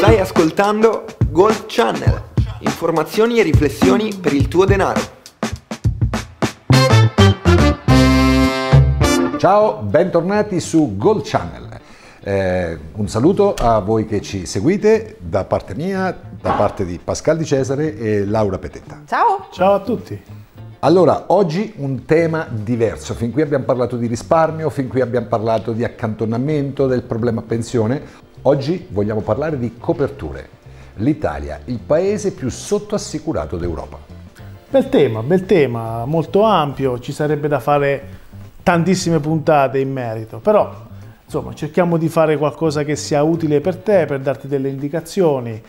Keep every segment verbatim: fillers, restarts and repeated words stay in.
Stai ascoltando Gold Channel, informazioni e riflessioni per il tuo denaro. Ciao, bentornati su Gold Channel. Eh, un saluto a voi che ci seguite da parte mia, da parte di Pascal Di Cesare e Laura Petetta. Ciao! Ciao a tutti! Allora, oggi un tema diverso. Fin qui abbiamo parlato di risparmio, fin qui abbiamo parlato di accantonamento, del problema pensione. Oggi vogliamo parlare di coperture. L'Italia, il paese più sottoassicurato d'Europa. Bel tema, bel tema, molto ampio, ci sarebbe da fare tantissime puntate in merito, però insomma cerchiamo di fare qualcosa che sia utile per te, per darti delle indicazioni.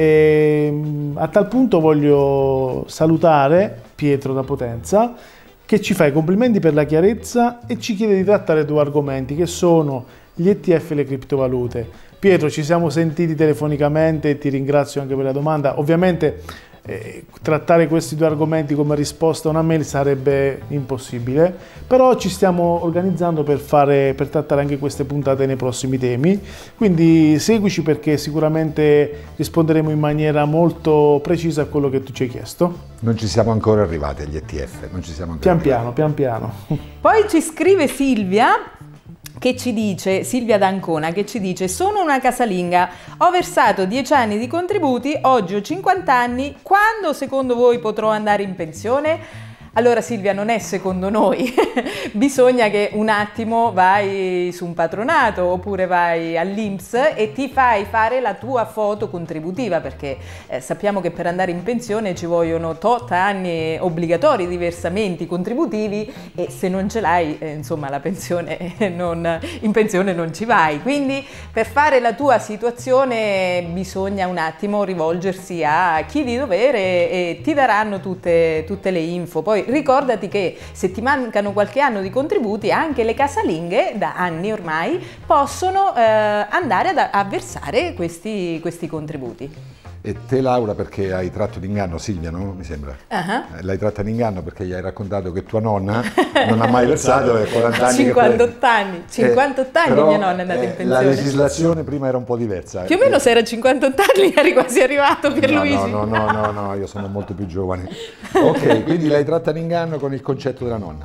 E, a tal punto voglio salutare Pietro da Potenza, che ci fa i complimenti per la chiarezza e ci chiede di trattare due argomenti che sono gli E T F e le criptovalute. Pietro, ci siamo sentiti telefonicamente e ti ringrazio anche per la domanda. Ovviamente eh, trattare questi due argomenti come risposta a una mail sarebbe impossibile, però ci stiamo organizzando per, fare, per trattare anche queste puntate nei prossimi temi, quindi seguici perché sicuramente risponderemo in maniera molto precisa a quello che tu ci hai chiesto. Non ci siamo ancora arrivati agli E T F, non ci siamo ancora Pian arrivati. piano, pian piano. Poi ci scrive Silvia, che ci dice, Silvia d'Ancona, che ci dice: sono una casalinga, ho versato dieci anni di contributi, oggi ho cinquanta anni, quando secondo voi potrò andare in pensione? Allora Silvia, non è secondo noi, bisogna che un attimo vai su un patronato oppure vai all'I N P S e ti fai fare la tua foto contributiva, perché eh, sappiamo che per andare in pensione ci vogliono tot anni obbligatori di versamenti contributivi e se non ce l'hai, eh, insomma, la pensione non, in pensione non ci vai. Quindi per fare la tua situazione bisogna un attimo rivolgersi a chi di dovere e ti daranno tutte, tutte le info. Poi ricordati che se ti mancano qualche anno di contributi, anche le casalinghe da anni ormai possono eh, andare ad, a versare questi, questi contributi. E te Laura, perché hai tratto d'inganno Silvia, no? Mi sembra. Uh-huh. L'hai tratta in inganno perché gli hai raccontato che tua nonna non ha mai versato e quaranta anni cinquantotto anni, cinquantotto eh, anni però, mia nonna è andata eh, in pensione. La legislazione prima era un po' diversa. Più o meno se era cinquantotto anni eri quasi arrivato, Pierluigi. No, no, no, no, no, no, io sono molto più giovane. Ok, quindi l'hai tratta in inganno con il concetto della nonna.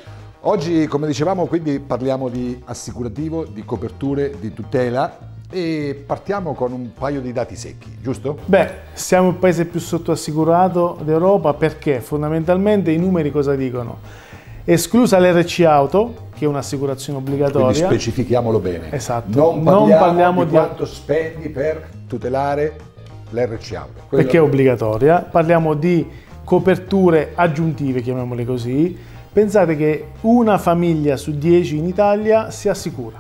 Oggi, come dicevamo, quindi parliamo di assicurativo, di coperture, di tutela e partiamo con un paio di dati secchi, giusto? Beh, siamo il paese più sottoassicurato d'Europa perché fondamentalmente i numeri cosa dicono? Esclusa l'R C auto, che è un'assicurazione obbligatoria. Quindi specifichiamolo bene. Esatto. Non parliamo, non parliamo di, di quanto spendi per tutelare l'R C auto. Quello... Perché è obbligatoria. Parliamo di coperture aggiuntive, chiamiamole così. Pensate che una famiglia su dieci in Italia si assicura.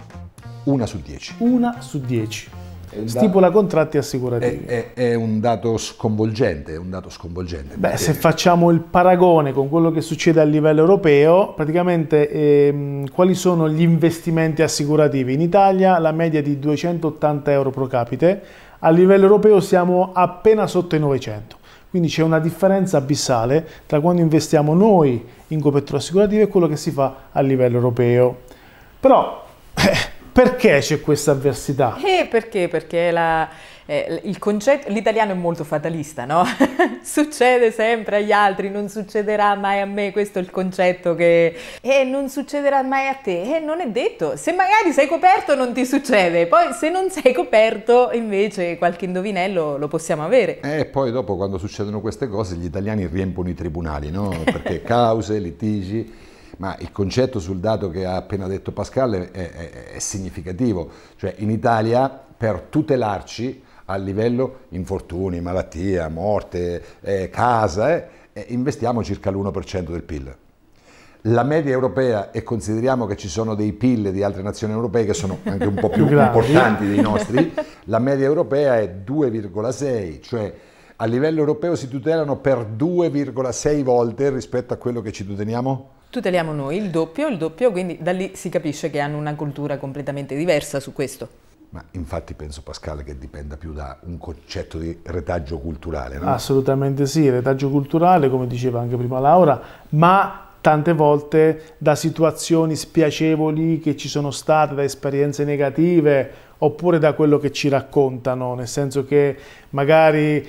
Una su dieci. Una su dieci. Stipula contratti assicurativi. È, è, è un dato sconvolgente, è un dato sconvolgente. Beh, perché... se facciamo il paragone con quello che succede a livello europeo, praticamente ehm, quali sono gli investimenti assicurativi? In Italia la media è di duecentottanta euro pro capite, a livello europeo siamo appena sotto i novecento. Quindi c'è una differenza abissale tra quando investiamo noi in coperture assicurative e quello che si fa a livello europeo. Però... Eh, perché c'è questa avversità? Eh, perché? Perché la, eh, il concetto, l'italiano è molto fatalista, no? Succede sempre agli altri, non succederà mai a me, questo è il concetto che eh, non succederà mai a te. Eh, non è detto, se magari sei coperto non ti succede, poi se non sei coperto invece qualche indovinello lo possiamo avere. E poi dopo quando succedono queste cose gli italiani riempiono i tribunali, no? Perché cause, litigi... Ma il concetto sul dato che ha appena detto Pascal è, è, è significativo, cioè in Italia per tutelarci a livello infortuni, malattia, morte, eh, casa, eh, eh, investiamo circa l'uno per cento del P I L. La media europea, e consideriamo che ci sono dei P I L di altre nazioni europee che sono anche un po' più importanti dei nostri, la media europea è due virgola sei, cioè a livello europeo si tutelano per due virgola sei volte rispetto a quello che ci tuteliamo? Tuteliamo noi il doppio, il doppio, quindi da lì si capisce che hanno una cultura completamente diversa su questo. Ma infatti penso, Pascal, che dipenda più da un concetto di retaggio culturale, no? Assolutamente sì, retaggio culturale, come diceva anche prima Laura, ma tante volte da situazioni spiacevoli che ci sono state, da esperienze negative, oppure da quello che ci raccontano, nel senso che magari,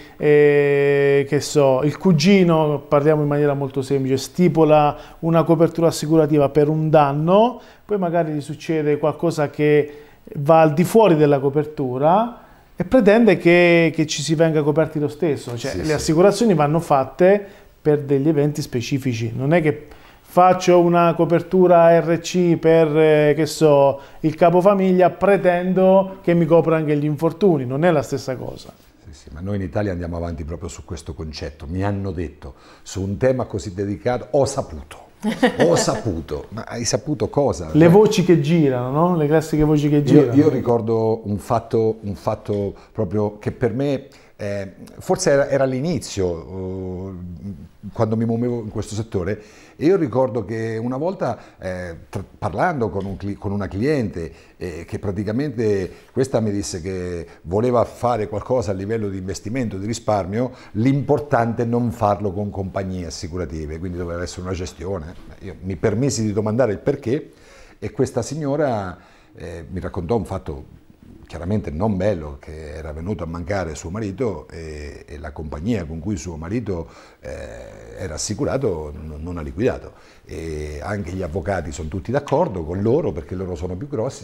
eh, che so, il cugino, parliamo in maniera molto semplice, stipula una copertura assicurativa per un danno, poi magari gli succede qualcosa che va al di fuori della copertura e pretende che, che ci si venga coperti lo stesso. Cioè, sì, le sì. assicurazioni vanno fatte per degli eventi specifici, non è che faccio una copertura R C per, eh, che so, il capofamiglia, pretendo che mi copra anche gli infortuni, non è la stessa cosa. Sì, sì, ma noi in Italia andiamo avanti proprio su questo concetto. Mi hanno detto, su un tema così dedicato, ho saputo, ho saputo, ma hai saputo cosa? Le voci che girano, no? Le classiche voci che girano. Io, io ricordo un fatto, un fatto proprio che per me, eh, forse era, era all'inizio, uh, quando mi muovevo in questo settore, e io ricordo che una volta eh, parlando con, un, con una cliente eh, che praticamente questa mi disse che voleva fare qualcosa a livello di investimento, di risparmio, l'importante è non farlo con compagnie assicurative, quindi doveva essere una gestione. Io mi permisi di domandare il perché e questa signora eh, mi raccontò un fatto chiaramente non bello, che era venuto a mancare suo marito e, e la compagnia con cui suo marito eh, era assicurato non, non ha liquidato, e anche gli avvocati sono tutti d'accordo con loro perché loro sono più grossi.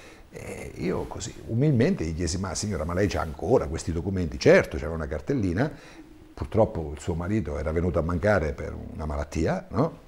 E io così umilmente gli chiesi: ma signora, ma lei c'ha ancora questi documenti? Certo, c'era una cartellina, purtroppo il suo marito era venuto a mancare per una malattia, no?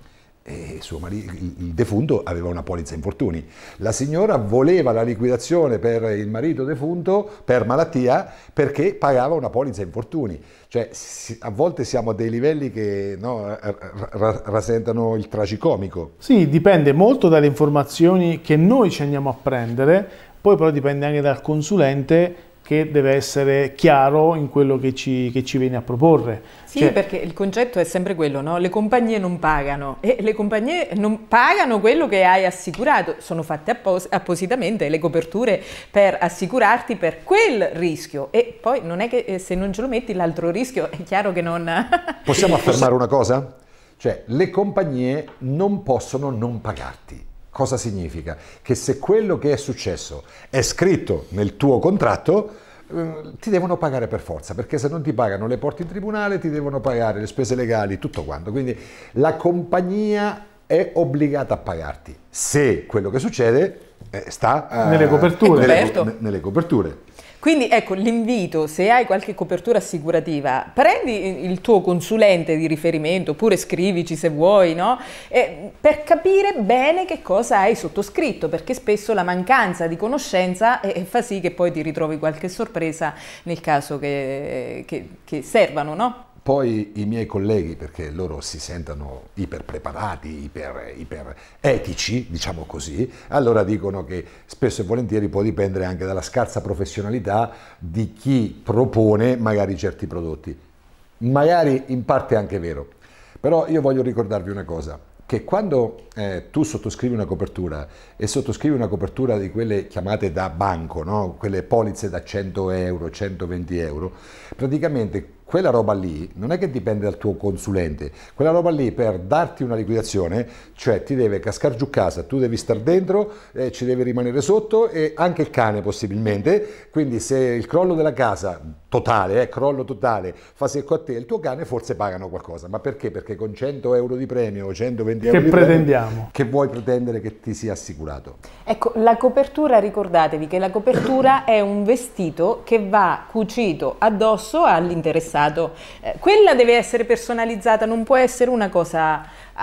E suo marito, il defunto aveva una polizza infortuni. La signora voleva la liquidazione per il marito defunto per malattia perché pagava una polizza infortuni. Cioè, a volte siamo a dei livelli che no, rasentano il tragicomico. Sì, dipende molto dalle informazioni che noi ci andiamo a prendere, poi però dipende anche dal consulente, che deve essere chiaro in quello che ci, che ci viene a proporre. Sì, cioè, perché il concetto è sempre quello, no? Le compagnie non pagano e le compagnie non pagano quello che hai assicurato, sono fatte appos appositamente le coperture per assicurarti per quel rischio, e poi non è che eh, se non ce lo metti l'altro rischio è chiaro che non... Possiamo affermare una cosa? Cioè, le compagnie non possono non pagarti. Cosa significa? Che se quello che è successo è scritto nel tuo contratto, eh, ti devono pagare per forza, perché se non ti pagano le porti in tribunale, ti devono pagare le spese legali, tutto quanto. Quindi la compagnia è obbligata a pagarti se quello che succede eh, sta eh, nelle coperture. Nelle, nelle coperture. Quindi ecco l'invito: se hai qualche copertura assicurativa, prendi il tuo consulente di riferimento, oppure scrivici se vuoi, no? Eh, per capire bene che cosa hai sottoscritto, perché spesso la mancanza di conoscenza eh, fa sì che poi ti ritrovi qualche sorpresa nel caso che, che, che servano, no? Poi i miei colleghi, perché loro si sentono iper preparati, iper, iper etici, diciamo così, allora dicono che spesso e volentieri può dipendere anche dalla scarsa professionalità di chi propone magari certi prodotti. Magari in parte è anche vero, però io voglio ricordarvi una cosa, che quando eh, tu sottoscrivi una copertura e sottoscrivi una copertura di quelle chiamate da banco, no? Quelle polizze da cento euro, centoventi euro, praticamente quella roba lì non è che dipende dal tuo consulente, quella roba lì per darti una liquidazione, cioè ti deve cascar giù casa, tu devi star dentro, eh, ci devi rimanere sotto, e anche il cane possibilmente, quindi se il crollo della casa totale, eh, crollo totale, fa secco a te, il tuo cane, forse pagano qualcosa. Ma perché? Perché con cento euro di premio o centoventi euro che di pretendiamo? premio, che vuoi pretendere che ti sia assicurato? Ecco, la copertura, ricordatevi che la copertura è un vestito che va cucito addosso all'interessato. Eh, quella deve essere personalizzata, non può essere una cosa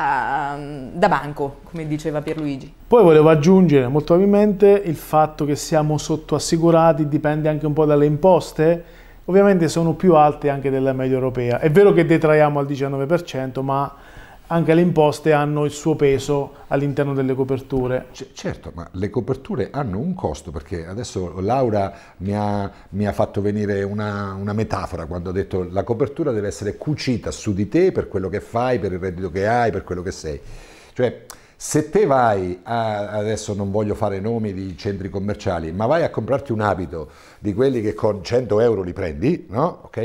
uh, da banco, come diceva Pierluigi. Poi volevo aggiungere, molto probabilmente, il fatto che siamo sottoassicurati dipende anche un po' dalle imposte. Ovviamente sono più alte anche della media europea. È vero che detraiamo al diciannove per cento, ma anche le imposte hanno il suo peso all'interno delle coperture. C certo, ma le coperture hanno un costo, perché adesso Laura mi ha, mi ha fatto venire una, una metafora quando ha detto la copertura deve essere cucita su di te per quello che fai, per il reddito che hai, per quello che sei. Cioè, se te vai, a, adesso non voglio fare nomi di centri commerciali, ma vai a comprarti un abito di quelli che con cento euro li prendi, no? Ok?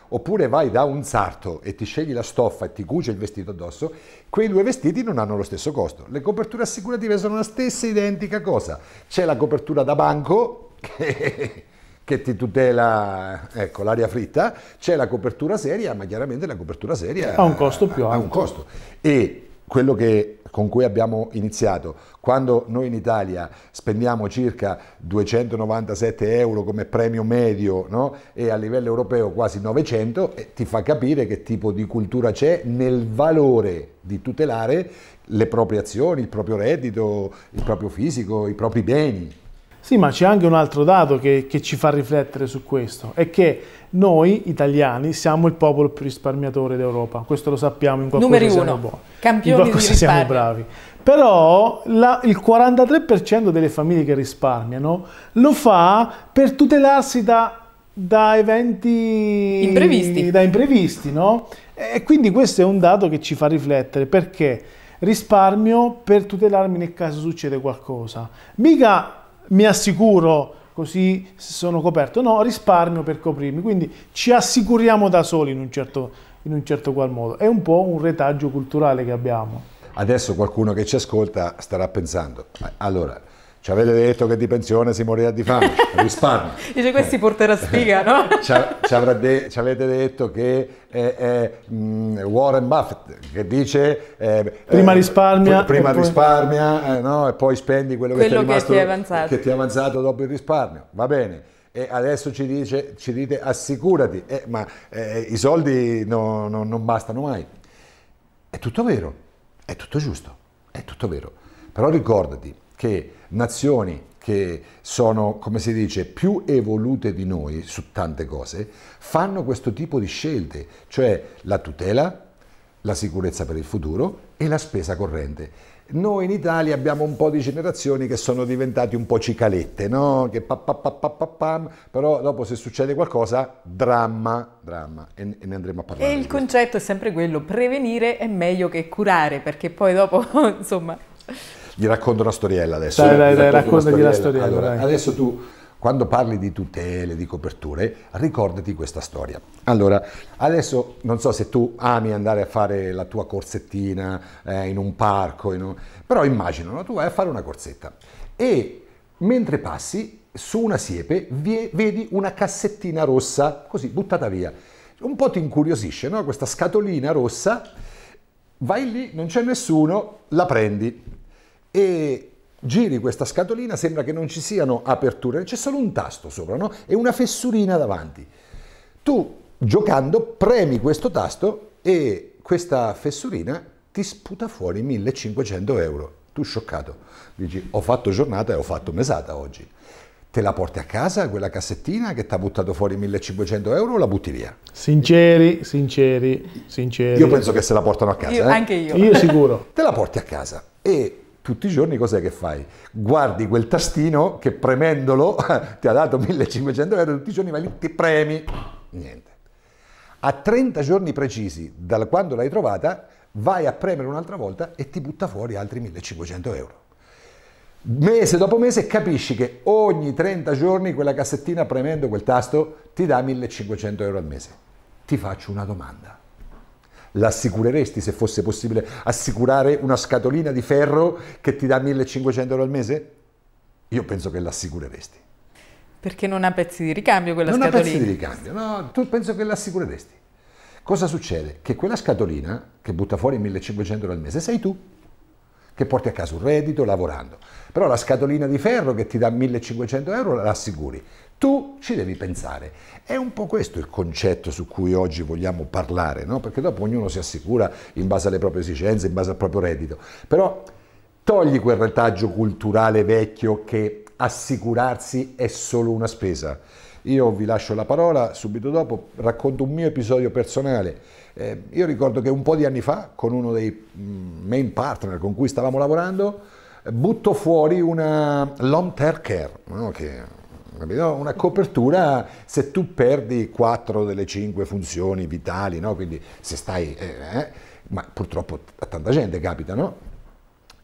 oppure vai da un sarto e ti scegli la stoffa e ti cuce il vestito addosso, quei due vestiti non hanno lo stesso costo. Le coperture assicurative sono la stessa identica cosa. C'è la copertura da banco che, che ti tutela, ecco, l'aria fritta, c'è la copertura seria, ma chiaramente la copertura seria ha un costo più alto. Ha un costo. E quello che, con cui abbiamo iniziato, quando noi in Italia spendiamo circa duecentonovantasette euro come premio medio, no? E a livello europeo quasi novecento, eh, ti fa capire che tipo di cultura c'è nel valore di tutelare le proprie azioni, il proprio reddito, il proprio fisico, i propri beni. Sì, ma c'è anche un altro dato che, che ci fa riflettere su questo, è che noi italiani siamo il popolo più risparmiatore d'Europa, questo lo sappiamo, in qualcosa Numeri siamo uno, buoni, campioni in qualcosa di siamo risparmio. bravi. Però la, il quarantatré per cento delle famiglie che risparmiano lo fa per tutelarsi da, da eventi imprevisti, da imprevisti, no? E quindi questo è un dato che ci fa riflettere, perché risparmio per tutelarmi nel caso succede qualcosa. Mica mi assicuro così sono coperto, no, risparmio per coprirmi, quindi ci assicuriamo da soli in un certo, in un certo qual modo. È un po' un retaggio culturale che abbiamo. Adesso qualcuno che ci ascolta starà pensando, allora, ci avete detto che di pensione si morirà di fame, risparmio. Dice, questi porterà sfiga, no? Ci, ci, avrà de, ci avete detto che è, è, mh, Warren Buffett che dice eh, prima eh, risparmia, prima e poi... risparmia eh, no? E poi spendi quello, quello che, ti è rimasto, che, ti è avanzato. che ti è avanzato dopo il risparmio, va bene. E adesso ci, dice, ci dite assicurati, eh, ma eh, i soldi no, no, non bastano mai. È tutto vero, è tutto giusto, è tutto vero. Però ricordati che nazioni che sono, come si dice, più evolute di noi su tante cose, fanno questo tipo di scelte, cioè la tutela, la sicurezza per il futuro e la spesa corrente. Noi in Italia abbiamo un po' di generazioni che sono diventati un po' cicalette, no? Che pa, pa, pa, pa, pa, pam, però dopo se succede qualcosa, dramma, dramma, e, e ne andremo a parlare. E il concetto è sempre quello, prevenire è meglio che curare, perché poi dopo, insomma... Gli racconto una storiella adesso. Dai, dai, dai, raccontagli la storiella. Allora, dai. adesso tu, quando parli di tutele, di coperture, ricordati questa storia. Allora, adesso non so se tu ami andare a fare la tua corsettina eh, in un parco, in un... però immagino, no? Tu vai a fare una corsetta e mentre passi su una siepe vi- vedi una cassettina rossa, così, buttata via. Un po' ti incuriosisce, no? Questa scatolina rossa, vai lì, non c'è nessuno, la prendi. E giri questa scatolina, sembra che non ci siano aperture, c'è solo un tasto sopra, no? E una fessurina davanti. Tu, giocando, premi questo tasto e questa fessurina ti sputa fuori millecinquecento euro. Tu scioccato, dici, ho fatto giornata e ho fatto mesata oggi. Te la porti a casa quella cassettina che ti ha buttato fuori millecinquecento euro o la butti via? Sinceri, sinceri, sinceri. Io penso che se la portano a casa. Io, eh? Anche io. Io sicuro. Te la porti a casa e tutti i giorni cos'è che fai? Guardi quel tastino che premendolo ti ha dato millecinquecento euro, tutti i giorni vai lì, ti premi, niente. A trenta giorni precisi da quando l'hai trovata, vai a premere un'altra volta e ti butta fuori altri millecinquecento euro. Mese dopo mese capisci che ogni trenta giorni quella cassettina premendo quel tasto ti dà millecinquecento euro al mese. Ti faccio una domanda. L'assicureresti se fosse possibile assicurare una scatolina di ferro che ti dà millecinquecento euro al mese? Io penso che l'assicureresti. Perché non ha pezzi di ricambio quella non scatolina? Non ha pezzi di ricambio, no, tu penso che l'assicureresti. Cosa succede? Che quella scatolina che butta fuori millecinquecento euro al mese sei tu, che porti a casa un reddito lavorando. Però la scatolina di ferro che ti dà millecinquecento euro la assicuri. Tu ci devi pensare. È un po' questo il concetto su cui oggi vogliamo parlare, no? Perché dopo ognuno si assicura in base alle proprie esigenze, in base al proprio reddito. Però togli quel retaggio culturale vecchio che assicurarsi è solo una spesa. Io vi lascio la parola, subito dopo racconto un mio episodio personale. Eh, io ricordo che un po' di anni fa, con uno dei main partner con cui stavamo lavorando, butto fuori una long term care, no? Che, una copertura se tu perdi quattro delle cinque funzioni vitali, no? Quindi se stai, eh, eh, ma purtroppo a tanta gente capita, no?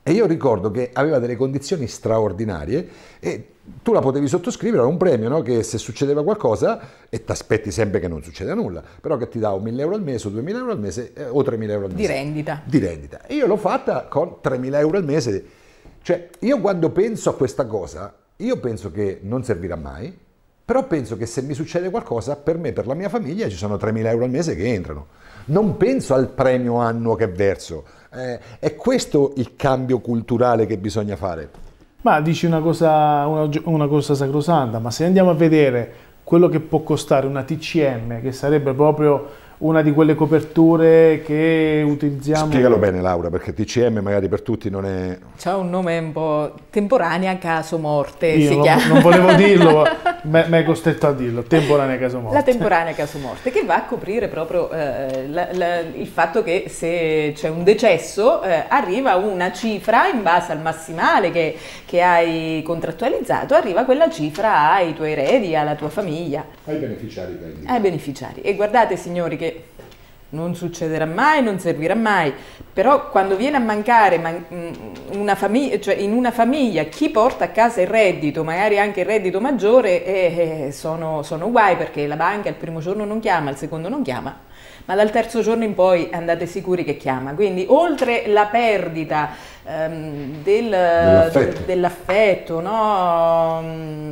E io ricordo che aveva delle condizioni straordinarie e tu la potevi sottoscrivere, era un premio, no? Che se succedeva qualcosa, e ti aspetti sempre che non succeda nulla, però che ti dà un mille euro al mese o duemila euro al mese eh, o tremila euro al mese. Di rendita. Di rendita. E io l'ho fatta con tremila euro al mese. Cioè, io quando penso a questa cosa, io penso che non servirà mai, però penso che se mi succede qualcosa, per me, per la mia famiglia, ci sono tremila euro al mese che entrano. Non penso al premio annuo che verso. Eh, è questo il cambio culturale che bisogna fare. Ma dici una cosa, una, una cosa sacrosanta, ma se andiamo a vedere quello che può costare una T C M, che sarebbe proprio una di quelle coperture che utilizziamo... Spiegalo bene Laura, perché T C M magari per tutti non è... C'ha un nome un po' temporanea caso morte, Io si non, chiama. non volevo dirlo, ma mi è costretto a dirlo, temporanea caso morte. La temporanea caso morte, che va a coprire proprio eh, la, la, il fatto che se c'è un decesso eh, arriva una cifra in base al massimale che, che hai contrattualizzato, arriva quella cifra ai tuoi eredi, alla tua famiglia. Ai beneficiari da indicare. Ai beneficiari. E guardate signori che non succederà mai, non servirà mai, però quando viene a mancare una famiglia, cioè in una famiglia chi porta a casa il reddito, magari anche il reddito maggiore, eh, sono, sono guai, perché la banca il primo giorno non chiama, il secondo non chiama, ma dal terzo giorno in poi andate sicuri che chiama. Quindi oltre la perdita ehm, del, dell'affetto, dell'affetto, no?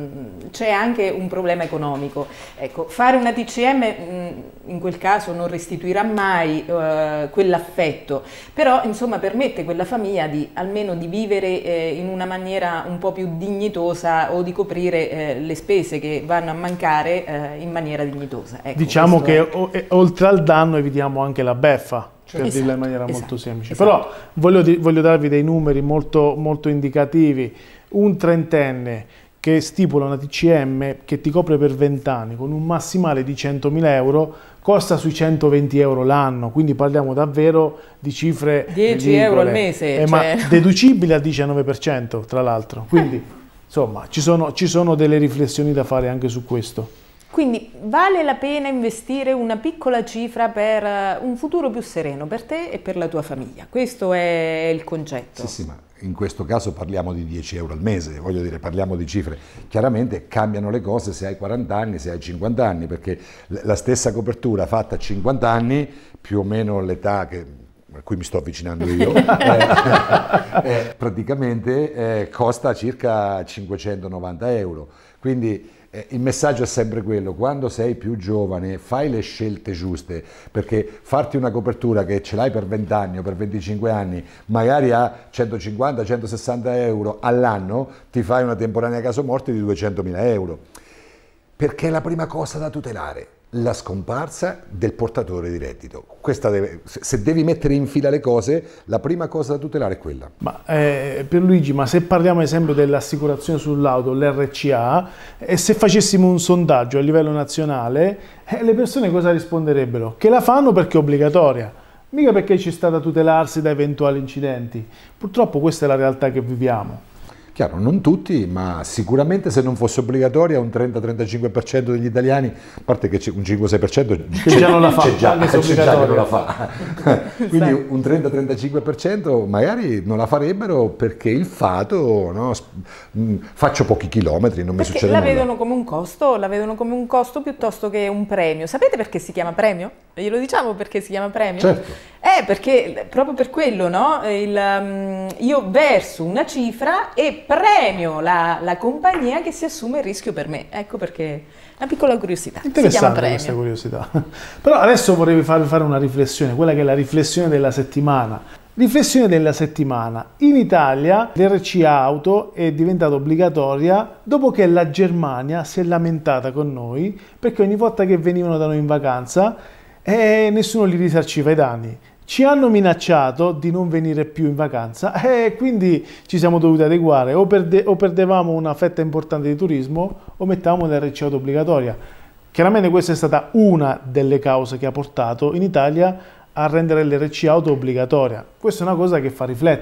C'è anche un problema economico. Ecco, fare una T C M in quel caso non restituirà mai eh, quell'affetto, però insomma permette a quella famiglia di almeno di vivere eh, in una maniera un po' più dignitosa, o di coprire eh, le spese che vanno a mancare eh, in maniera dignitosa. Ecco, diciamo che è... o, oltre al danno evitiamo anche la beffa, per esatto, dirla in maniera esatto, molto semplice. esatto. Però voglio, voglio darvi dei numeri molto, molto indicativi. Un trentenne che stipula una T C M che ti copre per venti anni con un massimale di centomila euro costa sui centoventi euro l'anno, quindi parliamo davvero di cifre dieci ridicole, euro al mese, eh, cioè... ma deducibili al diciannove per cento tra l'altro, quindi insomma ci sono, ci sono delle riflessioni da fare anche su questo. Quindi vale la pena investire una piccola cifra per un futuro più sereno per te e per la tua famiglia, questo è il concetto. Sì, sì, ma in questo caso parliamo di dieci euro al mese, voglio dire, parliamo di cifre. Chiaramente cambiano le cose se hai quaranta anni, se hai cinquanta anni, perché la stessa copertura fatta a cinquanta anni, più o meno l'età che... a cui mi sto avvicinando io, eh, eh, praticamente eh, costa circa cinquecentonovanta euro. Quindi eh, il messaggio è sempre quello: quando sei più giovane fai le scelte giuste, perché farti una copertura che ce l'hai per venti anni o per venticinque anni, magari a centocinquanta centosessanta euro all'anno, ti fai una temporanea caso morte di duecentomila euro. Perché è la prima cosa da tutelare, la scomparsa del portatore di reddito. Questa deve, se devi mettere in fila le cose, la prima cosa da tutelare è quella. Ma eh, Pierluigi, ma se parliamo ad esempio dell'assicurazione sull'auto, l'R C A, e se facessimo un sondaggio a livello nazionale, eh, le persone cosa risponderebbero? Che la fanno perché è obbligatoria, mica perché ci sta da tutelarsi da eventuali incidenti. Purtroppo questa è la realtà che viviamo. Chiaro, non tutti, ma sicuramente se non fosse obbligatoria un trenta trentacinque per cento degli italiani, a parte che c'è un cinque sei per cento che già non la fa, c'è già, anche se c'è già che non la obbligatoria. fa. Quindi un trenta trentacinque per cento magari non la farebbero perché il fato, no, faccio pochi chilometri, non mi perché succede la nulla. vedono come un costo, la vedono come un costo piuttosto che un premio. Sapete perché si chiama premio? Glielo diciamo perché si chiama premio? Certo. Eh, perché proprio per quello, no? Il, um, io verso una cifra e premio la, la compagnia che si assume il rischio per me. Ecco perché, una piccola curiosità. Si chiama premio. Questa curiosità. Però adesso vorrei farvi fare una riflessione, quella che è la riflessione della settimana. Riflessione della settimana. In Italia l'R C A auto è diventata obbligatoria dopo che la Germania si è lamentata con noi perché ogni volta che venivano da noi in vacanza eh, nessuno li risarciva i danni. Ci hanno minacciato di non venire più in vacanza e quindi ci siamo dovuti adeguare, o, perde, o perdevamo una fetta importante di turismo o mettavamo l'R C A auto obbligatoria. Chiaramente questa è stata una delle cause che ha portato in Italia a rendere l'R C A auto obbligatoria. Questa è una cosa che fa riflettere.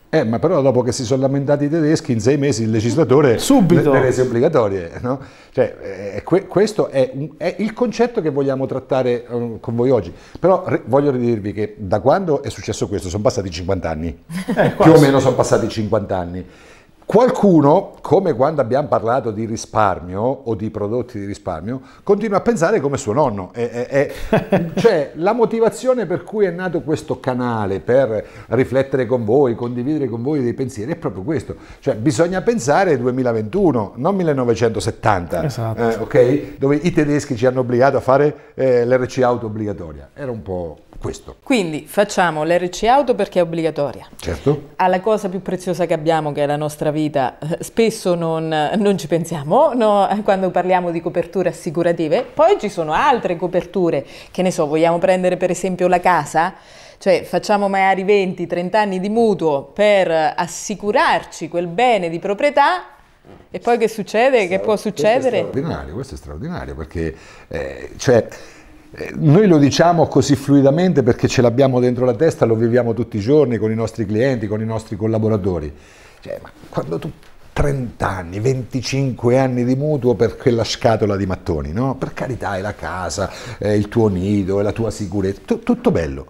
Eh, ma però dopo che si sono lamentati i tedeschi, in sei mesi il legislatore Subito. le, le rese obbligatorie, no? Cioè, eh, que, questo è, un, è il concetto che vogliamo trattare um, con voi oggi. Però re, voglio ridirvi che da quando è successo questo sono passati cinquanta anni, eh, più o meno sono passati cinquanta anni. Qualcuno, come quando abbiamo parlato di risparmio o di prodotti di risparmio, continua a pensare come suo nonno. È, è, è, cioè, la motivazione per cui è nato questo canale, per riflettere con voi, condividere con voi dei pensieri, è proprio questo. Cioè, bisogna pensare duemilaventuno, non millenovecentosettanta, esatto. eh, ok? Dove i tedeschi ci hanno obbligato a fare eh, l'R C auto obbligatoria. Era un po' questo. Quindi facciamo l'R C auto perché è obbligatoria. Certo. Alla cosa più preziosa che abbiamo, che è la nostra vita, spesso non, non ci pensiamo, no? Quando parliamo di coperture assicurative. Poi ci sono altre coperture, che ne so, vogliamo prendere per esempio la casa? Cioè facciamo magari venti trenta anni di mutuo per assicurarci quel bene di proprietà. E poi che succede? Che può succedere? Questo è straordinario, questo è straordinario perché eh, cioè, eh, noi lo diciamo così fluidamente perché ce l'abbiamo dentro la testa, lo viviamo tutti i giorni con i nostri clienti, con i nostri collaboratori. Cioè, ma quando tu trenta anni, venticinque anni di mutuo per quella scatola di mattoni, no? Per carità, è la casa, è il tuo nido, è la tua sicurezza, t- tutto bello.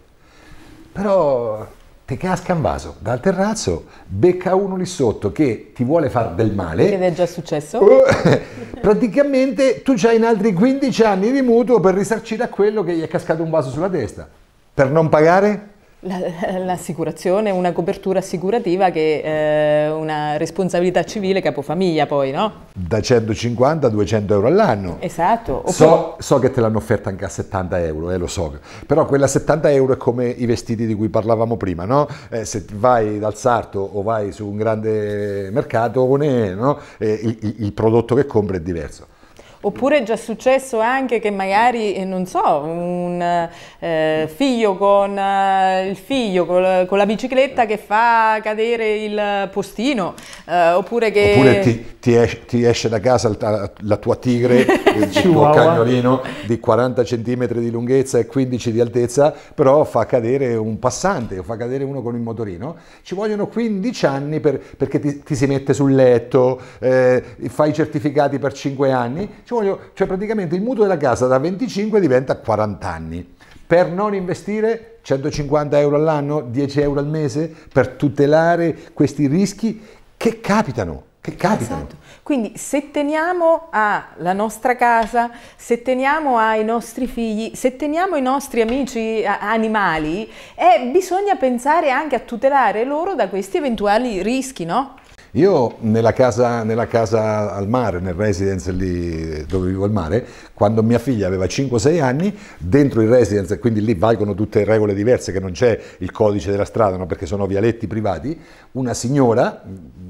Però ti casca un vaso dal terrazzo, becca uno lì sotto che ti vuole far del male. Ed è già successo? Praticamente tu c'hai in altri quindici anni di mutuo per risarcire a quello che gli è cascato un vaso sulla testa. Per non pagare? L'assicurazione, una copertura assicurativa che è una responsabilità civile capofamiglia poi, no? Da centocinquanta a duecento euro all'anno. Esatto. Oppure... So, so che te l'hanno offerta anche a settanta euro, eh, lo so. Però quella a settanta euro è come i vestiti di cui parlavamo prima, no? Eh, se vai dal sarto o vai su un grande mercatone, no? Eh, il, il, il prodotto che compri è diverso. Oppure è già successo anche che magari, non so, un eh, figlio con eh, il figlio con la, con la bicicletta che fa cadere il postino, eh, oppure che... Oppure ti, ti, esce, ti esce da casa la, la tua tigre, il tuo cagnolino di quaranta centimetri di lunghezza e quindici di altezza, però fa cadere un passante o fa cadere uno con il motorino. Ci vogliono quindici anni per, perché ti, ti si mette sul letto, eh, fai i certificati per cinque anni. Ci voglio, cioè praticamente il mutuo della casa da venticinque diventa quaranta anni. Per non investire centocinquanta euro all'anno, dieci euro al mese, per tutelare questi rischi che capitano, che capitano. Esatto. Quindi se teniamo alla nostra casa, se teniamo ai nostri figli, se teniamo i nostri amici animali, eh, bisogna pensare anche a tutelare loro da questi eventuali rischi, no? Io nella casa, nella casa al mare, nel residence lì dove vivo al mare, quando mia figlia aveva cinque sei anni, dentro il residence, e quindi lì valgono tutte regole diverse, che non c'è il codice della strada, no? Perché sono vialetti privati, una signora,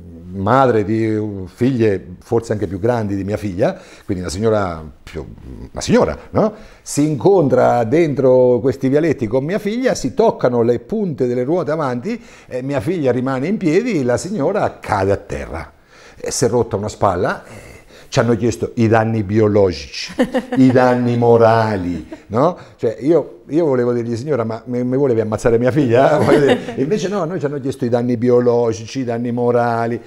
madre di figlie forse anche più grandi di mia figlia, quindi una signora, più, una signora, no? Si incontra dentro questi vialetti con mia figlia, si toccano le punte delle ruote avanti, e mia figlia rimane in piedi, la signora cade a terra e si è rotta una spalla. Ci hanno chiesto i danni biologici, i danni morali, no? Cioè io, io volevo dirgli, signora, ma mi, mi volevi ammazzare mia figlia? E invece no, noi ci hanno chiesto i danni biologici, i danni morali.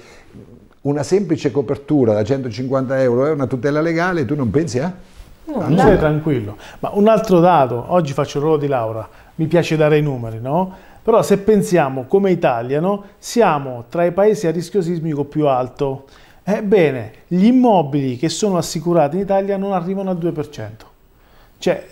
Una semplice copertura da centocinquanta euro è una tutela legale, tu non pensi a? No, no, stai tranquillo. Ma un altro dato, oggi faccio il ruolo di Laura, mi piace dare i numeri, no? Però se pensiamo come Italia, no? Siamo tra i paesi a rischio sismico più alto. Ebbene, gli immobili che sono assicurati in Italia non arrivano al due per cento. Cioè,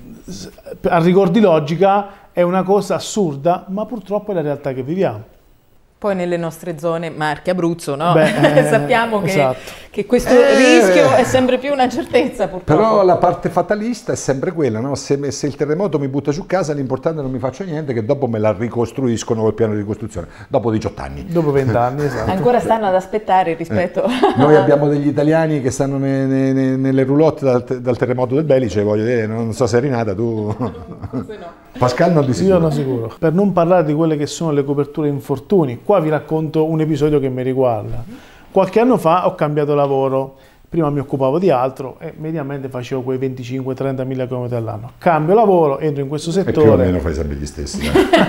a rigor di logica è una cosa assurda, ma purtroppo è la realtà che viviamo. Poi nelle nostre zone, Marche, Abruzzo, no? Beh, eh, sappiamo che, esatto. che questo Eh, rischio è sempre più una certezza, purtroppo. Però la parte fatalista è sempre quella, no? Se, se il terremoto mi butta su casa, l'importante non mi faccio niente, che dopo me la ricostruiscono col piano di ricostruzione, dopo diciotto anni. Dopo venti anni, esatto. Ancora stanno ad aspettare rispetto... Eh. Noi abbiamo degli italiani che stanno ne, ne, ne, nelle roulotte dal, dal terremoto del Belice, voglio dire, non so se Rinata, tu... Se no. Pascal non di sicuro. Io non sicuro. Per non parlare di quelle che sono le coperture infortuni, qua vi racconto un episodio che mi riguarda. Qualche anno fa ho cambiato lavoro. prima mi occupavo di altro e mediamente facevo quei venticinque trenta mila chilometri all'anno. Cambio lavoro, entro in questo settore. E più o meno fai sempre gli stessi.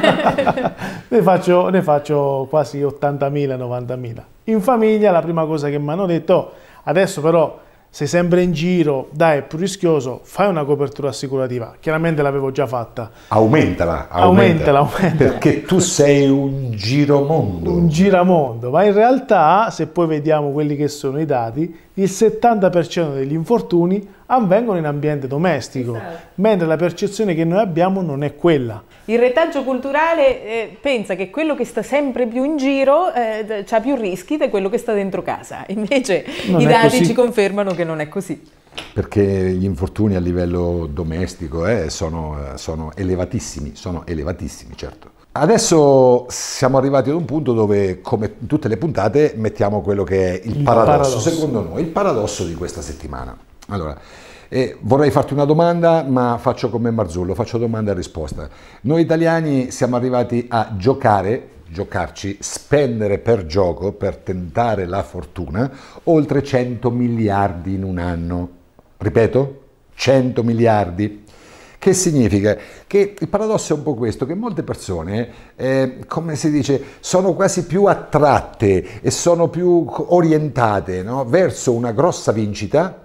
ne, faccio, ne faccio quasi ottantamila novantamila. In famiglia la prima cosa che mi hanno detto, oh, adesso però sei sempre in giro, dai, è più rischioso, fai una copertura assicurativa. Chiaramente l'avevo già fatta. Aumentala, aumentala, aumentala. Perché tu sei un giromondo. Un giramondo, ma in realtà, se poi vediamo quelli che sono i dati, il settanta per cento degli infortuni avvengono in ambiente domestico, esatto. Mentre la percezione che noi abbiamo non è quella. Il retaggio culturale eh, pensa che quello che sta sempre più in giro eh, ha più rischi di quello che sta dentro casa, invece non i dati così. Ci confermano che non è così. Perché gli infortuni a livello domestico eh, sono, sono elevatissimi, sono elevatissimi, certo. Adesso siamo arrivati ad un punto dove, come in tutte le puntate, mettiamo quello che è il, il paradosso, paradosso, secondo noi, il paradosso di questa settimana. Allora, eh, vorrei farti una domanda, ma faccio come Marzullo, faccio domanda e risposta. Noi italiani siamo arrivati a giocare, giocarci, spendere per gioco, per tentare la fortuna, oltre cento miliardi in un anno. Ripeto, cento miliardi. Che significa? Che il paradosso è un po' questo, che molte persone, eh, come si dice, sono quasi più attratte e sono più orientate, no? Verso una grossa vincita,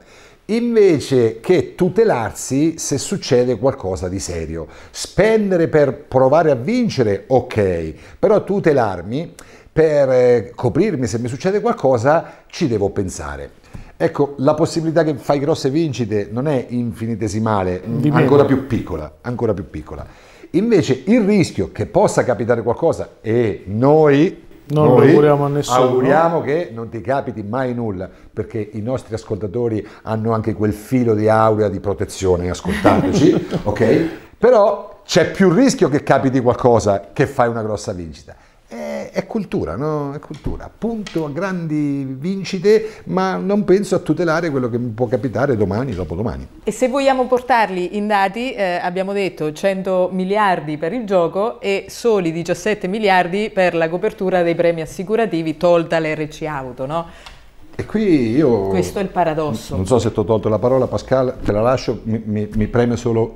invece che tutelarsi se succede qualcosa di serio. Spendere per provare a vincere, ok, però tutelarmi per eh, coprirmi se mi succede qualcosa, ci devo pensare. Ecco, la possibilità che fai grosse vincite non è infinitesimale, ancora più piccola, ancora più piccola. Invece il rischio che possa capitare qualcosa, e noi non noi lo auguriamo a nessuno, auguriamo che non ti capiti mai nulla, perché i nostri ascoltatori hanno anche quel filo di aurea di protezione, ascoltateci, ok? Però c'è più rischio che capiti qualcosa che fai una grossa vincita. È, è cultura, no? È cultura. Punto a grandi vincite, ma non penso a tutelare quello che mi può capitare domani, dopodomani. E se vogliamo portarli in dati, eh, abbiamo detto cento miliardi per il gioco e soli diciassette miliardi per la copertura dei premi assicurativi, tolta l'R C Auto, no? E qui io... Questo è il paradosso. Non so se ti ho tolto la parola, Pascal, te la lascio, mi, mi, mi preme solo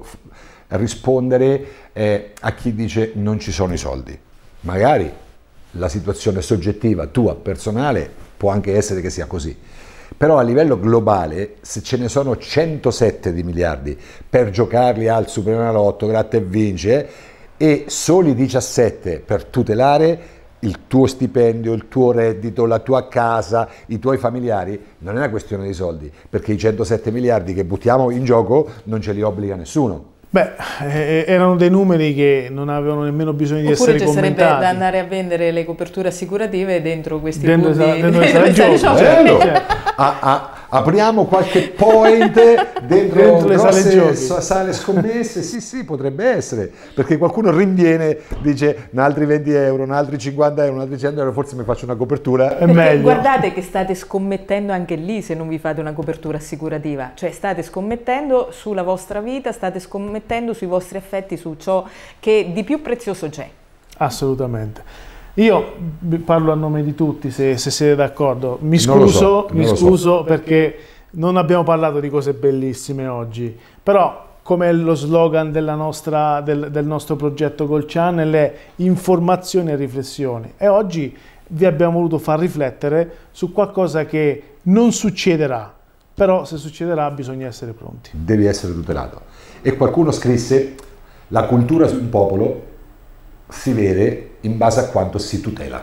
rispondere eh, a chi dice non ci sono i soldi. Magari la situazione soggettiva tua, personale, può anche essere che sia così. Però a livello globale, se ce ne sono centosette di miliardi per giocarli al Superenalotto, gratta e vince, e soli diciassette per tutelare il tuo stipendio, il tuo reddito, la tua casa, i tuoi familiari, non è una questione di soldi, perché i centosette miliardi che buttiamo in gioco non ce li obbliga nessuno. Beh, eh, erano dei numeri che non avevano nemmeno bisogno di Oppure essere commentati. Oppure ci sarebbe da andare a vendere le coperture assicurative dentro questi dentro punti. Dentro, dentro, dentro, dentro bello. a, a, apriamo qualche point dentro, dentro le sale giochi, sale scommesse, sì sì, potrebbe essere, perché qualcuno rinviene, dice un altri venti euro, un altri cinquanta euro, un altri cento euro, forse mi faccio una copertura. È meglio. Guardate che state scommettendo anche lì se non vi fate una copertura assicurativa, cioè state scommettendo sulla vostra vita, state scommettendo sui vostri affetti, su ciò che di più prezioso c'è. Assolutamente. Io parlo a nome di tutti, se, se siete d'accordo. Mi scuso, so, mi scuso so. perché non abbiamo parlato di cose bellissime oggi, però come lo slogan della nostra, del, del nostro progetto Gold Channel è informazione e riflessioni, e oggi vi abbiamo voluto far riflettere su qualcosa che non succederà, però se succederà bisogna essere pronti. Devi essere tutelato. E qualcuno scrisse: la cultura su un popolo si vede in base a quanto si tutela.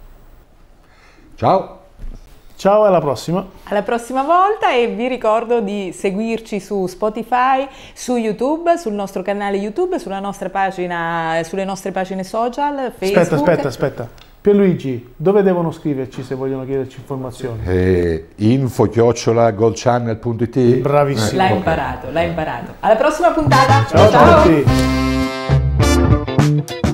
Ciao! Ciao, alla prossima! Alla prossima volta, e vi ricordo di seguirci su Spotify, su YouTube, sul nostro canale YouTube, sulla nostra pagina, sulle nostre pagine social, Facebook. Aspetta, aspetta, aspetta. Pierluigi, dove devono scriverci se vogliono chiederci informazioni? Eh, info chiocciola goldchannel punto it. Bravissimo. L'hai imparato, l'hai imparato. Alla prossima puntata. Ciao, Ciao. Ciao a tutti.